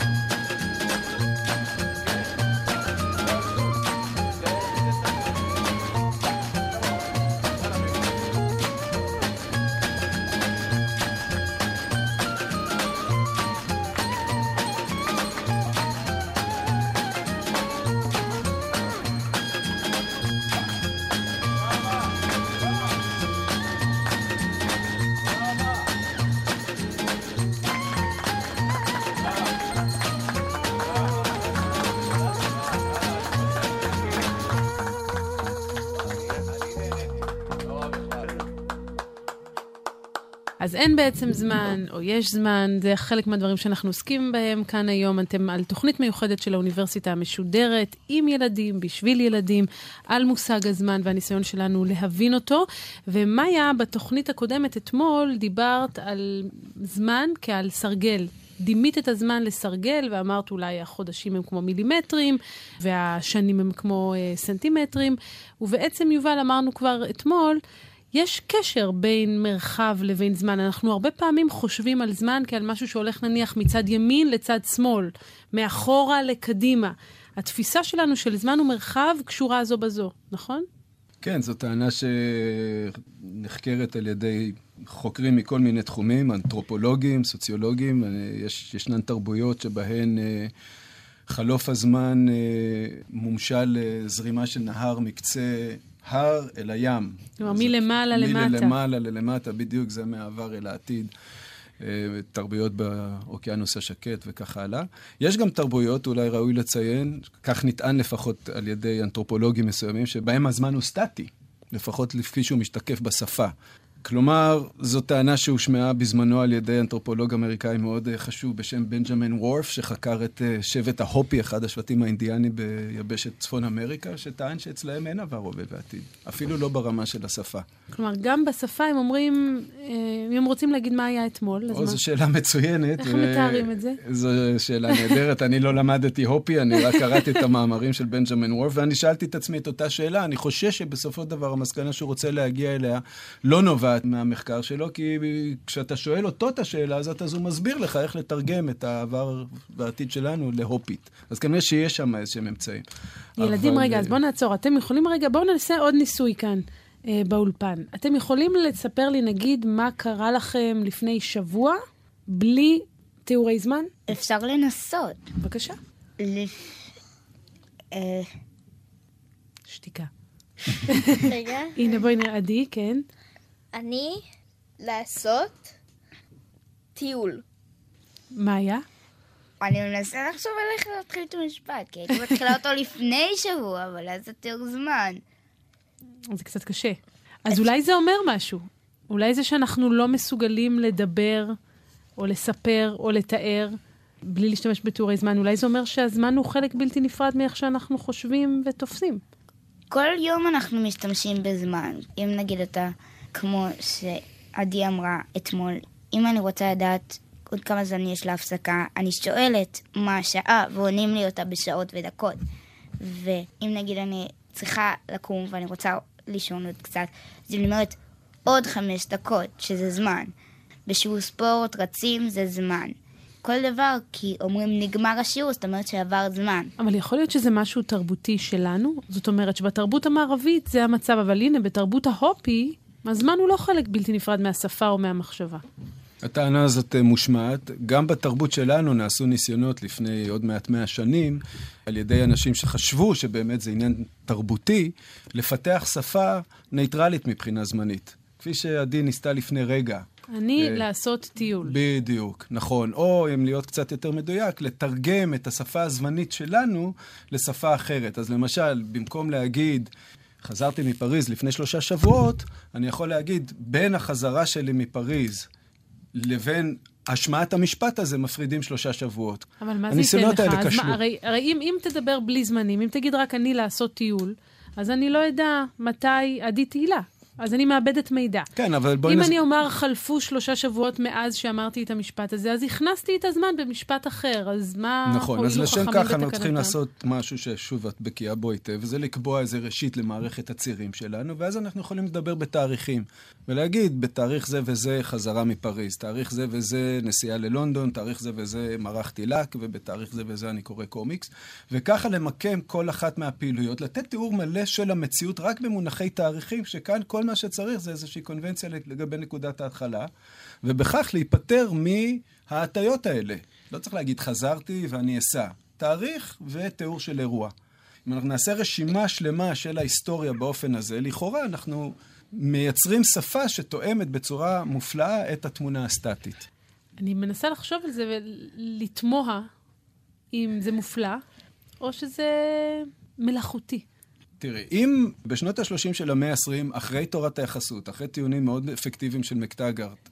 אז אין בעצם זמן, או יש זמן, זה חלק מהדברים שאנחנו עוסקים בהם כאן היום. אתם על תוכנית מיוחדת של האוניברסיטה המשודרת, עם ילדים, בשביל ילדים, על מושג הזמן והניסיון שלנו להבין אותו. ומאיה, בתוכנית הקודמת אתמול, דיברת על זמן כעל סרגל. דימית את הזמן לסרגל, ואמרת אולי החודשים הם כמו מילימטרים, והשנים הם כמו אה, סנטימטרים. ובעצם, יובל, אמרנו כבר אתמול, יש קשר בין מרחב לבין זמן. אנחנו הרבה פעמים חושבים על זמן כעל משהו שהולך נניח מצד ימין לצד שמאל, מאחורה לקדימה. התפיסה שלנו של זמן ומרחב קשורה זו בזו, נכון? כן, זו טענה שנחקרת על ידי חוקרים מכל מיני תחומים, אנתרופולוגים, סוציולוגים. יש, ישנן תרבויות שבהן חלוף הזמן מומשל לזרימה של נהר מקצה הר אל הים. כלומר, מלמעלה למטה. מלמעלה ללמטה, בדיוק זה מעבר אל העתיד. תרבויות באוקיינוס השקט וכך הלאה. יש גם תרבויות, אולי ראוי לציין, כך נטען לפחות על ידי אנתרופולוגים מסוימים, שבהם הזמן הוא סטטי, לפחות לפי שהוא משתקף בשפה. כלומר, זו טענה שהושמעה בזמנו על ידי אנתרופולוג אמריקאי מאוד חשוב בשם בנג'מין וורף, שחקר את שבט ההופי, אחד השבטים האינדיאני ביבשת צפון אמריקה, שטען שאצלהם אין עבר, הווה ועתיד. אפילו לא ברמה של השפה. כלומר, גם בשפה הם אומרים, אם הם רוצים להגיד מה היה אתמול, או, זו שאלה מצוינת. איך הם מתארים את זה? זו שאלה נהדרת. אני לא למדתי הופי, אני רק קראתי את המאמרים של בנג'מין וורף, ואני שאלתי את עצמי את אותה שאלה. אני חושש שבסופו דבר המסקנה שהוא רוצה להגיע אליה לא נובעת מהמחקר שלו, כי כשאתה שואל אותו את השאלה הזאת, אז הוא מסביר לך איך לתרגם את העבר והעתיד שלנו להופית. אז כנראה שיש שם איזשהם אמצעים. ילדים, אבל... רגע, אז בואו נעצור. אתם יכולים רגע, בואו נעשה עוד ניסוי כאן אה, באולפן. אתם יכולים לספר לי, נגיד, מה קרה לכם לפני שבוע, בלי תיאורי זמן? אפשר לנסות. בבקשה. לפ... אה... שתיקה. רגע. הנה בואי נראה, עדי, כן. אני לעשות טיול. מה היה? אני מנסה לחשוב על איך להתחיל את המשפט, כי הייתי מתחילה אותו לפני שבוע, אבל אז יותר זמן. זה קצת קשה. אז אולי זה אומר משהו. אולי זה שאנחנו לא מסוגלים לדבר, או לספר, או לתאר, בלי להשתמש בתיאורי זמן. אולי זה אומר שהזמן הוא חלק בלתי נפרד מאיך שאנחנו חושבים ותופסים. כל יום אנחנו משתמשים בזמן. אם נגיד אתה, כמו שעדי אמרה אתמול, אם אני רוצה לדעת עוד כמה זמן יש להפסקה, אני שואלת מה השעה, ועונים לי אותה בשעות ודקות. ואם נגיד אני צריכה לקום ואני רוצה לישון עוד קצת, אז אני אומרת עוד חמש דקות, שזה זמן. בשיעור ספורט, רצים, זה זמן. כל דבר, כי אומרים נגמר השיעור, זאת אומרת שעבר זמן. אבל יכול להיות שזה משהו תרבותי שלנו? זאת אומרת שבתרבות המערבית זה המצב, אבל הנה, בתרבות ההופי, הזמן הוא לא חלק בלתי נפרד מהשפה או מהמחשבה. הטענה הזאת מושמעת. גם בתרבות שלנו נעשו ניסיונות לפני עוד מעט מאה שנים, על ידי אנשים שחשבו שבאמת זה עניין תרבותי, לפתח שפה נייטרלית מבחינה זמנית. כפי שעדי ניסתה לפני רגע. אני uh, לעשות טיול. בדיוק, נכון. או, אם להיות קצת יותר מדויק, לתרגם את השפה הזמנית שלנו לשפה אחרת. אז למשל, במקום להגיד, חזרתי מפריז לפני שלושה שבועות, אני יכול להגיד, בין החזרה שלי מפריז לבין השמעת המשפט הזה מפרידים שלושה שבועות. אבל מה זה ייתן לך? אז מה, הרי, הרי אם, אם תדבר בלי זמנים, אם תגיד רק אני לעשות טיול, אז אני לא אדע מתי עדי תהילה. אז אני מאבדת מידע. כן, אבל בואי... אם נס... אני אומר חלפו שלושה שבועות מאז שאמרתי את המשפט הזה, אז הכנסתי את הזמן במשפט אחר, אז מה... נכון, אז לשם כך אנחנו צריכים לעשות משהו ששוב את בקיאה בו היטב, וזה לקבוע איזה ראשית למערכת הצירים שלנו, ואז אנחנו יכולים לדבר בתאריכים, ולהגיד, בתאריך זה וזה חזרה מפריז, תאריך זה וזה נסיעה ללונדון, תאריך זה וזה מרחתי לק, ובתאריך זה וזה אני קורא קומיקס, וככה למקם כל אחת מהפעילויות, לתת תיאור מלא של המציאות רק במונחי תאריכים, שכאן כל מה שצריך זה איזושהי קונבנציה לגבי נקודת ההתחלה, ובכך להיפטר מההטיות האלה. לא צריך להגיד חזרתי ואני אסע. תאריך ותיאור של אירוע. אם אנחנו נעשה רשימה שלמה של ההיסטוריה באופן הזה, לכאורה אנחנו מייצרים שפה שתואמת בצורה מופלאה את התמונה הסטטית. אני מנסה לחשוב על זה ולתמוה אם זה מופלא, או שזה מלאכותי. תראי, אם בשנות ה-שלושים של המאה ה-עשרים, אחרי תורת היחסות, אחרי טיעונים מאוד אפקטיביים של מקטגרט,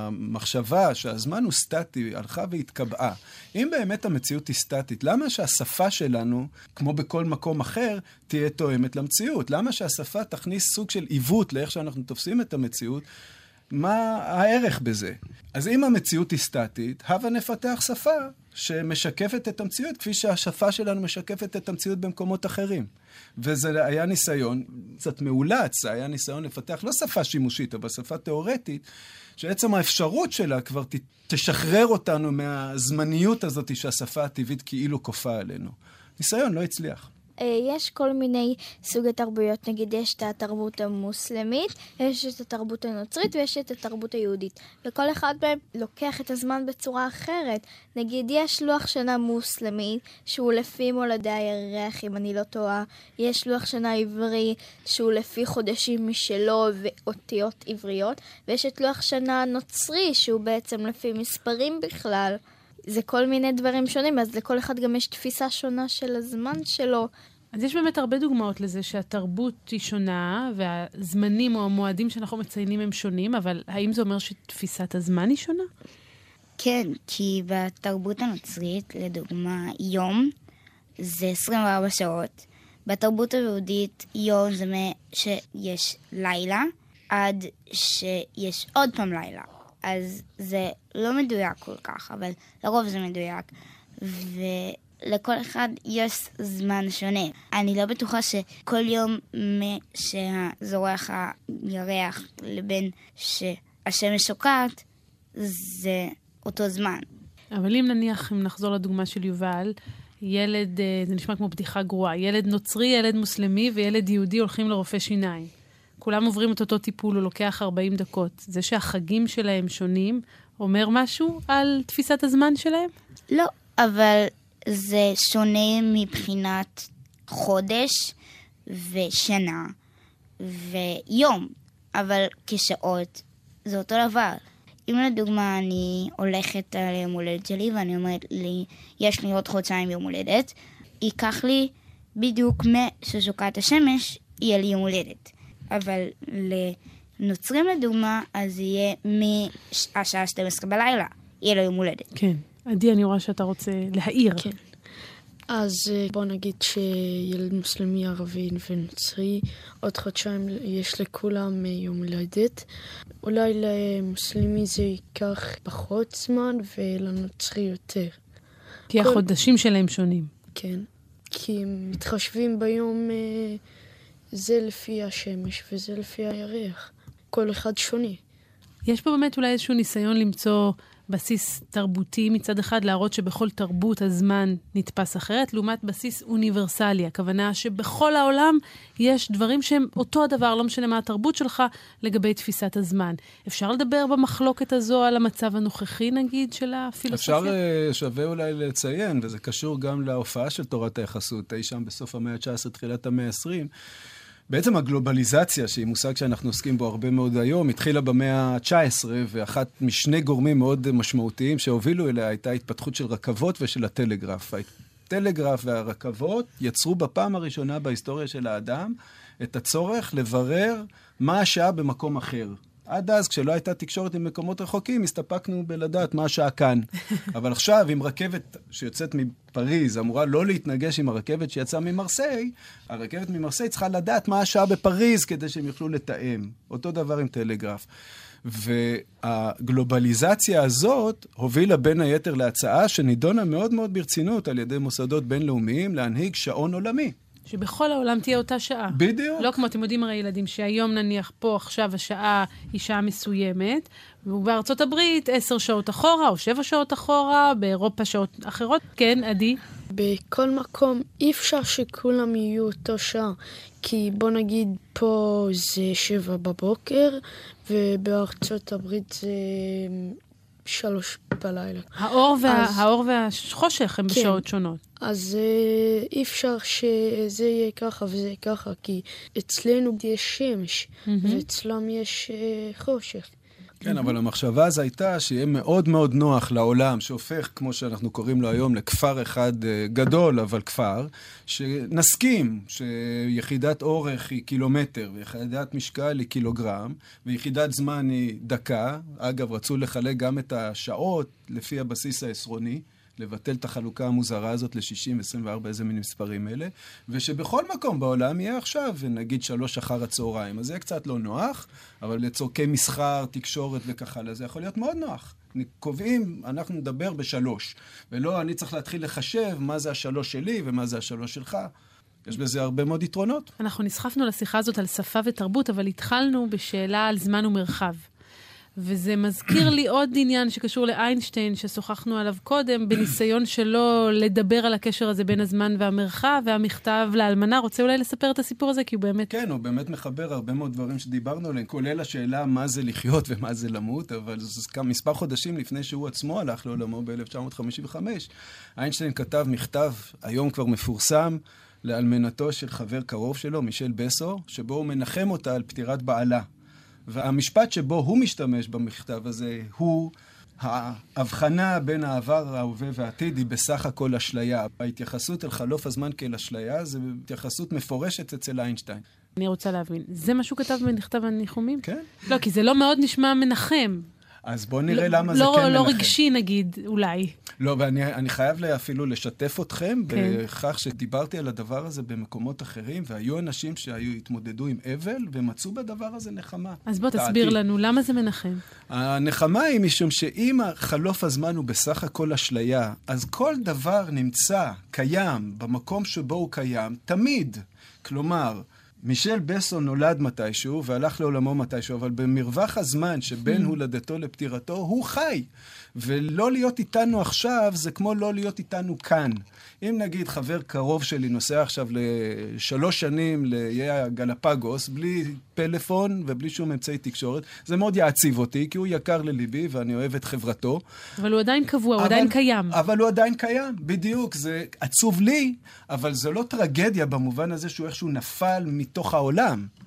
המחשבה שהזמן הוא סטטי, הלכה והתקבעה. אם באמת המציאות היא סטטית, למה שהשפה שלנו, כמו בכל מקום אחר, תהיה תואמת למציאות? למה שהשפה תכניס סוג של עיוות לאיך שאנחנו תופסים את המציאות? מה הערך בזה? אז אם המציאות היא סטטית, הבה נפתח שפה שמשקפת את המציאות, כפי שהשפה שלנו משקפת את המציאות במקומות אחרים. וזה היה ניסיון, קצת מאולץ, היה ניסיון לפתח לא שפה שימושית, אבל שפה תיאורטית, שעצם האפשרות שלה כבר תשחרר אותנו מהזמניות הזאת שהשפה הטבעית כאילו כופה עלינו. ניסיון לא הצליח. יש כל מיני סוגי תרבויות, נגיד יש את התרבות המוסלמית, יש את התרבות הנוצרית ויש את התרבות היהודית. וכל אחד מהם לוקח את הזמן בצורה אחרת. נגיד יש לוח שנה מוסלמי שהוא לפי מולדי הירח, אם אני לא טועה. יש לוח שנה עברי שהוא לפי חודשים משלו ואותיות עבריות. ויש את לוח שנה נוצרי שהוא בעצם לפי מספרים בכלל. זה כל מיני דברים שונים, אז לכל אחד גם יש תפיסה שונה של הזמן שלו. אז יש באמת הרבה דוגמאות לזה שהתרבות היא שונה, והזמנים או המועדים שאנחנו מציינים הם שונים, אבל האם זה אומר שתפיסת הזמן היא שונה? כן, כי בתרבות הנוצרית, לדוגמה, יום זה עשרים וארבע שעות. בתרבות היהודית, יום זה שיש לילה, עד שיש עוד פעם לילה. אז זה לא מדויק כל כך, אבל לרוב זה מדויק. ולכל אחד יש זמן שונה. אני לא בטוחה שכל יום שהזורח הירח לבין שהשמש שוקעת, זה אותו זמן. אבל אם נניח, אם נחזור לדוגמה של יובל, ילד, זה נשמע כמו בדיחה גרועה, ילד נוצרי, ילד מוסלמי וילד יהודי הולכים לרופא שיניים. כולם עוברים את אותו טיפול, הוא לוקח ארבעים דקות. זה שהחגים שלהם שונים, אומר משהו על תפיסת הזמן שלהם? לא, אבל זה שונה מבחינת חודש ושנה, ויום, אבל כשעות זה אותו דבר. אם לדוגמה אני הולכת על יום הולדת שלי ואני אומרת לי, יש לי עוד חודשיים יום הולדת, ייקח לי בדיוק מששוקעת השמש, יהיה לי יום הולדת. אבל לנוצרים לדוגמה, אז יהיה מהשעה שתים עשרה בלילה, יהיה לו יום הולדת. כן. עדי, אני רואה שאתה רוצה להעיר. כן. אז בוא נגיד שילד מוסלמי, ערבי ונוצרי, עוד חודשיים יש לכולם יום הולדת. אולי למוסלמי זה ייקח פחות זמן ולנוצרי יותר. כי כל... החודשים שלהם שונים. כן. כי הם מתחשבים ביום, זה לפי השמש וזה לפי הירח. כל אחד שונה. יש פה באמת אולי איזשהו ניסיון למצוא בסיס תרבותי מצד אחד, להראות שבכל תרבות הזמן נתפס אחרת, לעומת בסיס אוניברסלי. הכוונה שבכל העולם יש דברים שהם אותו הדבר, לא משנה מה התרבות שלך, לגבי תפיסת הזמן. אפשר לדבר במחלוקת הזו על המצב הנוכחי, נגיד, של הפילוסופיה? אפשר, שווה אולי לציין, וזה קשור גם להופעה של תורת היחסות, אי שם בסוף המאה ה-תשע עשרה, תחילת המאה ה-עשרים, בעצם הגלובליזציה, שהיא מושג שאנחנו עוסקים בו הרבה מאוד היום, התחילה במאה ה-תשע עשרה, ואחת משני גורמים מאוד משמעותיים שהובילו אליה הייתה התפתחות של רכבות ושל הטלגרף. הטלגרף והרכבות יצרו בפעם הראשונה בהיסטוריה של האדם את הצורך לברר מה השעה במקום אחר. עד אז, כשלא הייתה תקשורת עם מקומות רחוקים, הסתפקנו בלדעת מה השעה כאן. אבל עכשיו, עם רכבת שיוצאת מפריז, אמורה לא להתנגש עם הרכבת שיצאה ממרסיי, הרכבת ממרסיי צריכה לדעת מה השעה בפריז, כדי שהם יוכלו לתאם. אותו דבר עם טלגרף. והגלובליזציה הזאת הובילה בין היתר להצעה שנידונה מאוד מאוד ברצינות על ידי מוסדות בינלאומיים להנהיג שעון עולמי. שבכל העולם תהיה אותה שעה. בדיוק. לא כמו, אתם יודעים הרי ילדים, שהיום נניח פה עכשיו השעה היא שעה מסוימת, ובארצות הברית עשר שעות אחורה או שבע שעות אחורה, באירופה שעות אחרות. כן, עדי? בכל מקום אי אפשר שכולם יהיו אותו שעה, כי בוא נגיד פה זה שבע בבוקר, ובארצות הברית זה שלוש בלילה. האור, וה... אז... האור והחושך הם כן. בשעות שונות. אז אה, אי אפשר שזה יהיה ככה וזה יהיה ככה, כי אצלנו יש שמש, mm-hmm. ואצלם יש אה, חושך. כן, אבל המחשבה הזו הייתה שיהיה מאוד מאוד נוח לעולם, שהופך, כמו שאנחנו קוראים לו היום, לכפר אחד גדול, אבל כפר, שנסכים שיחידת אורך היא קילומטר, ויחידת משקל היא קילוגרם, ויחידת זמן היא דקה. אגב, רצו לחלק גם את השעות לפי הבסיס העשרוני, לבטל את החלוקה המוזרה הזאת ל-שישים, עשרים וארבע, איזה מין מספרים אלה, ושבכל מקום בעולם יהיה עכשיו, נגיד שלוש אחר הצהריים. אז זה קצת לא נוח, אבל לצורכי מסחר, תקשורת וכך הלאה, זה יכול להיות מאוד נוח. קובעים, אנחנו נדבר בשלוש, ולא אני צריך להתחיל לחשב מה זה השלוש שלי ומה זה השלוש שלך. יש בזה הרבה מאוד יתרונות. אנחנו נסחפנו לשיחה הזאת על שפה ותרבות, אבל התחלנו בשאלה על זמן ומרחב. וזה מזכיר לי עוד עניין שקשור לאיינשטיין, ששוחחנו עליו קודם, בניסיון שלו לדבר על הקשר הזה בין הזמן והמרחב, והמכתב לאלמנה. רוצה אולי לספר את הסיפור הזה? כי הוא באמת... כן, הוא באמת מחבר הרבה מאוד דברים שדיברנו עליהם, כולל השאלה מה זה לחיות ומה זה למות, אבל זה מספר חודשים לפני שהוא עצמו הלך לעולמו ב-אלף תשע מאות חמישים וחמש. איינשטיין כתב מכתב, היום כבר מפורסם, לאלמנתו של חבר קרוב שלו, מישל בסו, שבו הוא מנחם אותה על פטירת בעלה. והמשפט שבו הוא משתמש במכתב הזה הוא ההבחנה בין העבר, ההווה והעתיד היא בסך הכל אשליה. ההתייחסות אל חלוף הזמן כאל אשליה זה התייחסות מפורשת אצל איינשטיין. אני רוצה להבין, זה מה שהוא כתב במכתב הניחומים? כן. לא, כי זה לא מאוד נשמע מנחם. אז בואו נראה למה לא, זה כן לא מנחם. לא רגשי נגיד, אולי. לא, ואני אני חייב אפילו לשתף אתכם כן. בכך שדיברתי על הדבר הזה במקומות אחרים, והיו אנשים שהיו התמודדו עם אבל, ומצאו בדבר הזה נחמה. אז בוא תסביר לנו, למה זה מנחם? הנחמה היא משום שאם חלוף הזמן הוא בסך הכל אשליה, אז כל דבר נמצא, קיים, במקום שבו הוא קיים, תמיד. כלומר, מישל בסו נולד מתישהו והלך לעולמו מתישהו, אבל במרווח הזמן שבין הולדתו לפטירתו הוא חי. ולא להיות איתנו עכשיו זה כמו לא להיות איתנו כאן. אם נגיד חבר קרוב שלי נוסע עכשיו לשלוש שנים לאיי הגלפגוס, בלי פלאפון ובלי שום אמצעי תקשורת, זה מאוד יעציב אותי, כי הוא יקר לליבי ואני אוהב את חברתו. אבל הוא עדיין קבוע, הוא אבל, עדיין קיים. אבל הוא עדיין קיים, בדיוק. זה עצוב לי, אבל זה לא טרגדיה במובן הזה שהוא איכשהו נפל מתוך העולם.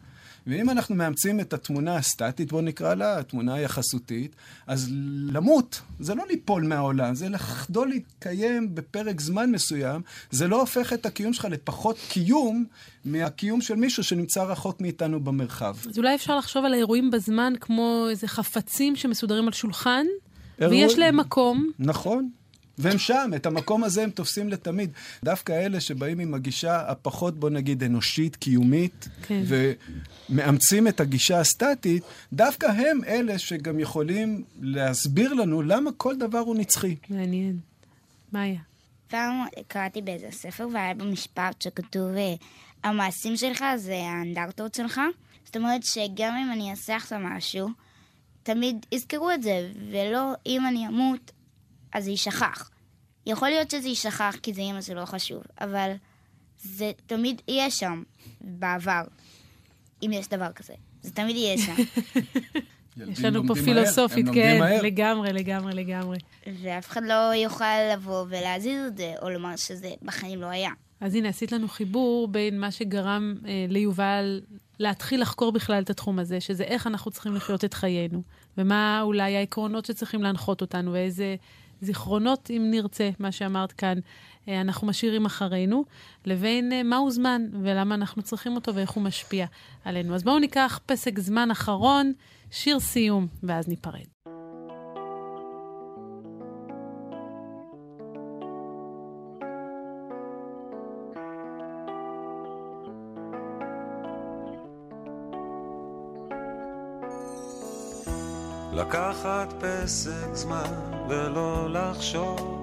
ואם אנחנו מאמצים את התמונה הסטטית, בוא נקרא לה, התמונה היחסותית, אז למות, זה לא ליפול מהעולם, זה לחדול להתקיים בפרק זמן מסוים, זה לא הופך את הקיום שלך לפחות קיום מהקיום של מישהו שנמצא רחוק מאיתנו במרחב. אז אולי אפשר לחשוב על האירועים בזמן כמו איזה חפצים שמסודרים על שולחן, אירוע... ויש להם מקום. נכון. והם שם, את המקום הזה הם תופסים לתמיד. דווקא אלה שבאים עם הגישה הפחות, בוא נגיד, אנושית, קיומית, כן. ומאמצים את הגישה הסטטית, דווקא הם אלה שגם יכולים להסביר לנו למה כל דבר הוא נצחי. מעניין. מה היה? פעם קראתי באיזה ספר, והיה במשפט שכתוב, המעשים שלך זה האנדרטות שלך. זאת אומרת שגם אם אני אעשה עכשיו משהו, תמיד יזכרו את זה, ולא אם אני אמות, אז זה יישכח. יכול להיות שזה יישכח כי זה יהיה שלא חשוב, אבל זה תמיד יהיה שם בעבר, אם יש דבר כזה. זה תמיד יהיה שם. יש לנו פה פילוסופית, כן, לגמרי, לגמרי, לגמרי. ואף אחד לא יוכל לבוא ולהזיז את זה, או לומר שזה בחיים לא היה. אז הנה, עשית לנו חיבור בין מה שגרם אה, ליובל להתחיל לחקור בכלל את התחום הזה, שזה איך אנחנו צריכים לחיות את חיינו, ומה אולי העקרונות שצריכים להנחות אותנו, ואיזה זיכרונות, אם נרצה, מה שאמרת כאן, אה, אנחנו משאירים אחרינו, לבין אה, מהו זמן, ולמה אנחנו צריכים אותו, ואיך הוא משפיע עלינו. אז בואו ניקח פסק זמן אחרון, שיר סיום, ואז ניפרד. לקחת פסק זמן ולא לחשוב,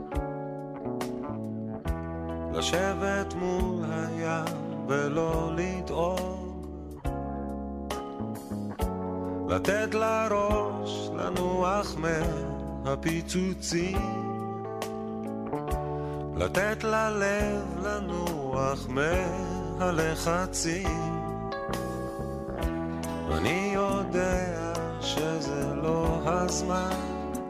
לשבת מול הים ולא לדאוג, לתת לראש לנוח מהפיצוצים, לתת ללב לנוח מהלחצים. אני יודע שזה לא הזמן,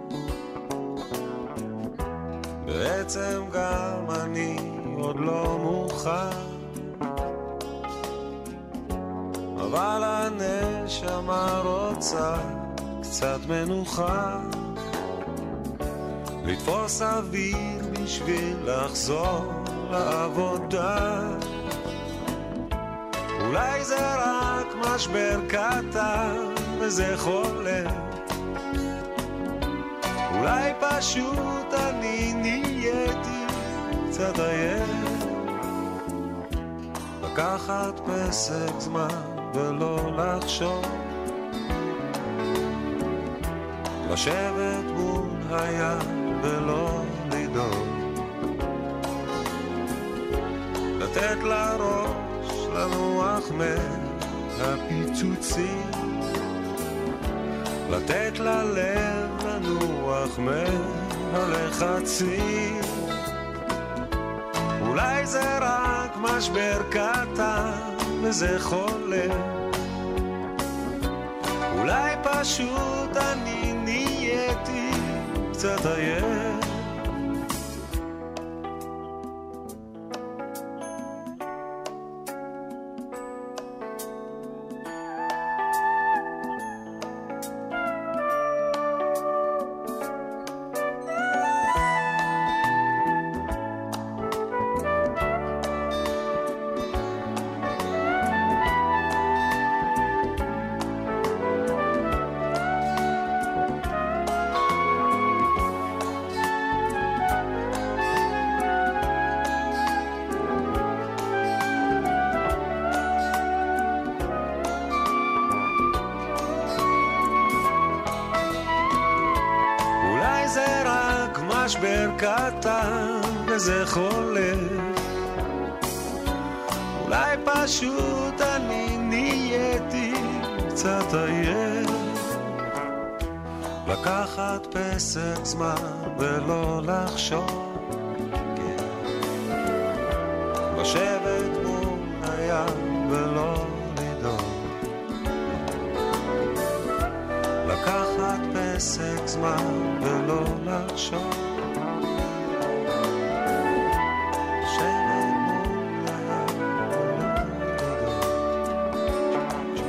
בעצם גם אני עוד לא מוכן, אבל הנשמה רוצה קצת מנוחה, לתפוס אוויר בשביל לחזור לעבודה. אולי זה רק משבר קטן וזה חולה, אולי פשוט אני נהייתי קצת עייף. לקחת פסק זמן ולא לחשוב, לשבת מול הים ולא לדאוג, לתת לראש לנוח מהפיצוצים, לתת ללב לנוח מהלחצים. אולי זה רק משבר קטן וזה חולה, אולי פשוט אני נהייתי קצת עייף. משבר קטן וזה חולף, אולי פשוט אני נהייתי קצת עייף. לקחת פסק זמן ולא לחשוב, לשבת מול הים ולא לדאוג, לקחת פסק זמן ולא לחשוב, לשבת מול הים ולא לדאוג.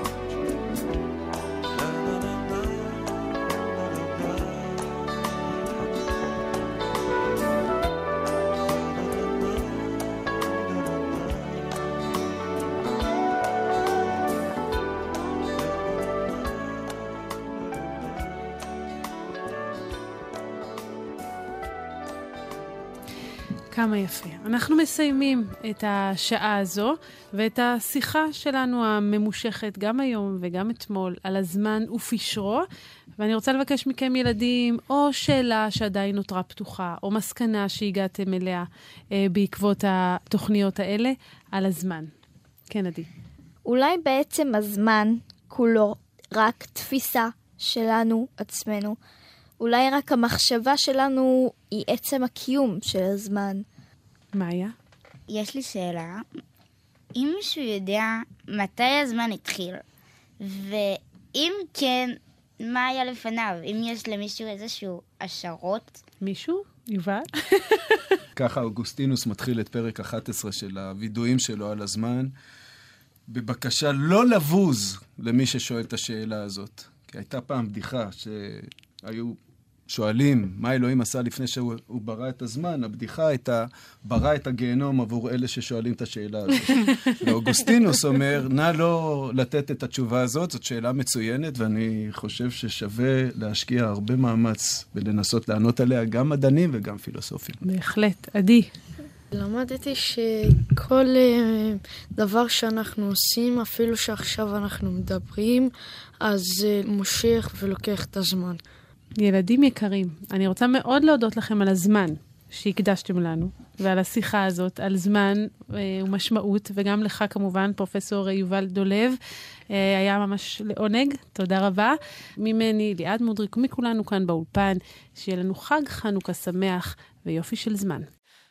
כמה יפה. אנחנו מסיימים את השעה הזו ואת השיחה שלנו הממושכת גם היום וגם אתמול על הזמן ופשרו, ואני רוצה לבקש מכם ילדים או שאלה שעדיין נותרה פתוחה או מסקנה שהגעתם אליה אה, בעקבות התוכניות האלה על הזמן. כן, עדי. אולי בעצם הזמן כולו רק תפיסה שלנו עצמנו. אולי רק המחשבה שלנו היא עצם הקיום של הזמן. מאיה? יש לי שאלה. אם מישהו יודע מתי הזמן התחיל, ואם כן, מה היה לפניו? אם יש למישהו איזשהו השערות? מישהו? יובל? ככה אוגוסטינוס מתחיל את פרק אחת עשרה של הוידועים שלו על הזמן, בבקשה לא לבוז למי ששואל את השאלה הזאת. כי הייתה פעם בדיחה שהיו שואלים מה אלוהים עשה לפני שהוא ברא את הזמן. הבדיחה הייתה, ברא את הגיהנום עבור אלה ששואלים את השאלה הזאת. ואוגוסטינוס אומר, נא לא לתת את התשובה הזאת, זאת שאלה מצוינת, ואני חושב ששווה להשקיע הרבה מאמץ ולנסות לענות עליה גם מדענים וגם פילוסופים. בהחלט. עדי. למדתי שכל uh, דבר שאנחנו עושים, אפילו שעכשיו אנחנו מדברים, אז uh, מושך ולוקח את הזמן. ילדים יקרים, אני רוצה מאוד להודות לכם על הזמן שהקדשתם לנו, ועל השיחה הזאת, על זמן אה, ומשמעות, וגם לך כמובן, פרופסור יובל דולב, אה, היה ממש לעונג, תודה רבה. ממני, ליעד מודריק, ומכולנו כאן באולפן, שיהיה לנו חג חנוכה שמח ויופי של זמן.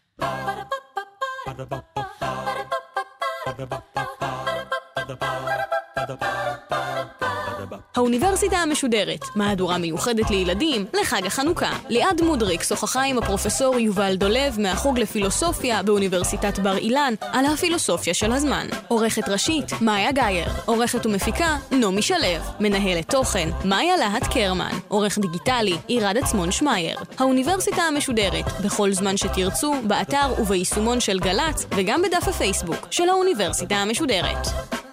האוניברסיטה המשודרת, מהדורה מיוחדת לילדים לחג החנוכה. ליעד מודריק שוחחה עם הפרופסור יובל דולב מהחוג לפילוסופיה באוניברסיטת בר אילן על הפילוסופיה של הזמן. עורכת ראשית, מאיה גייר. עורכת ומפיקה, נעמי שלו. מנהלת תוכן, מאיה להט קרמן. עורך דיגיטלי, עירד עצמון שמייר. האוניברסיטה המשודרת, בכל זמן שתרצו, באתר וביישומון של גלץ, וגם בדף הפייסבוק של האוניברסיטה המשודרת.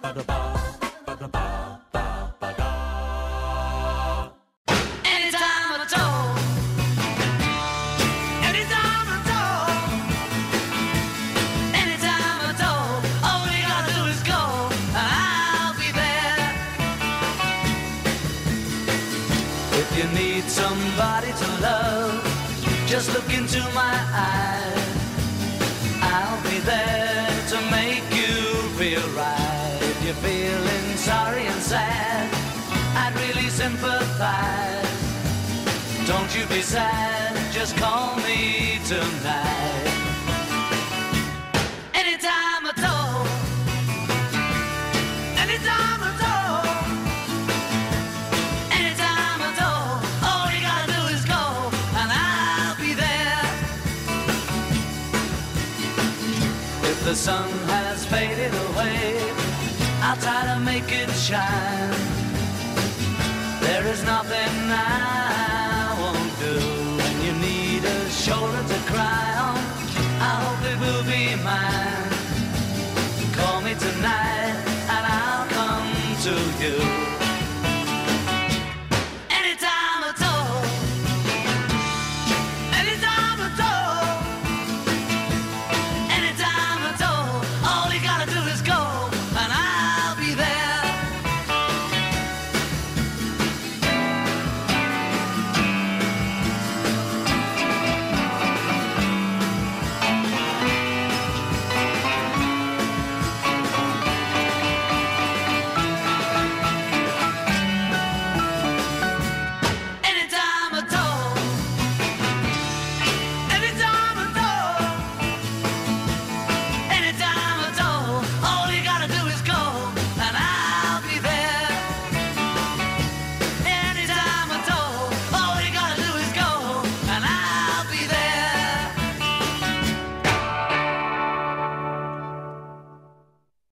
Somebody to love, just look into my eyes. I'll be there to make you feel right. If you're feeling sorry and sad, I'd really sympathize. Don't you be sad, just call me tonight. Anytime at all, anytime at all. The sun has faded away, I'll try to make it shine. There is nothing I won't do. When you need a shoulder to cry on, I hope it will be mine. Call me tonight and I'll come to you.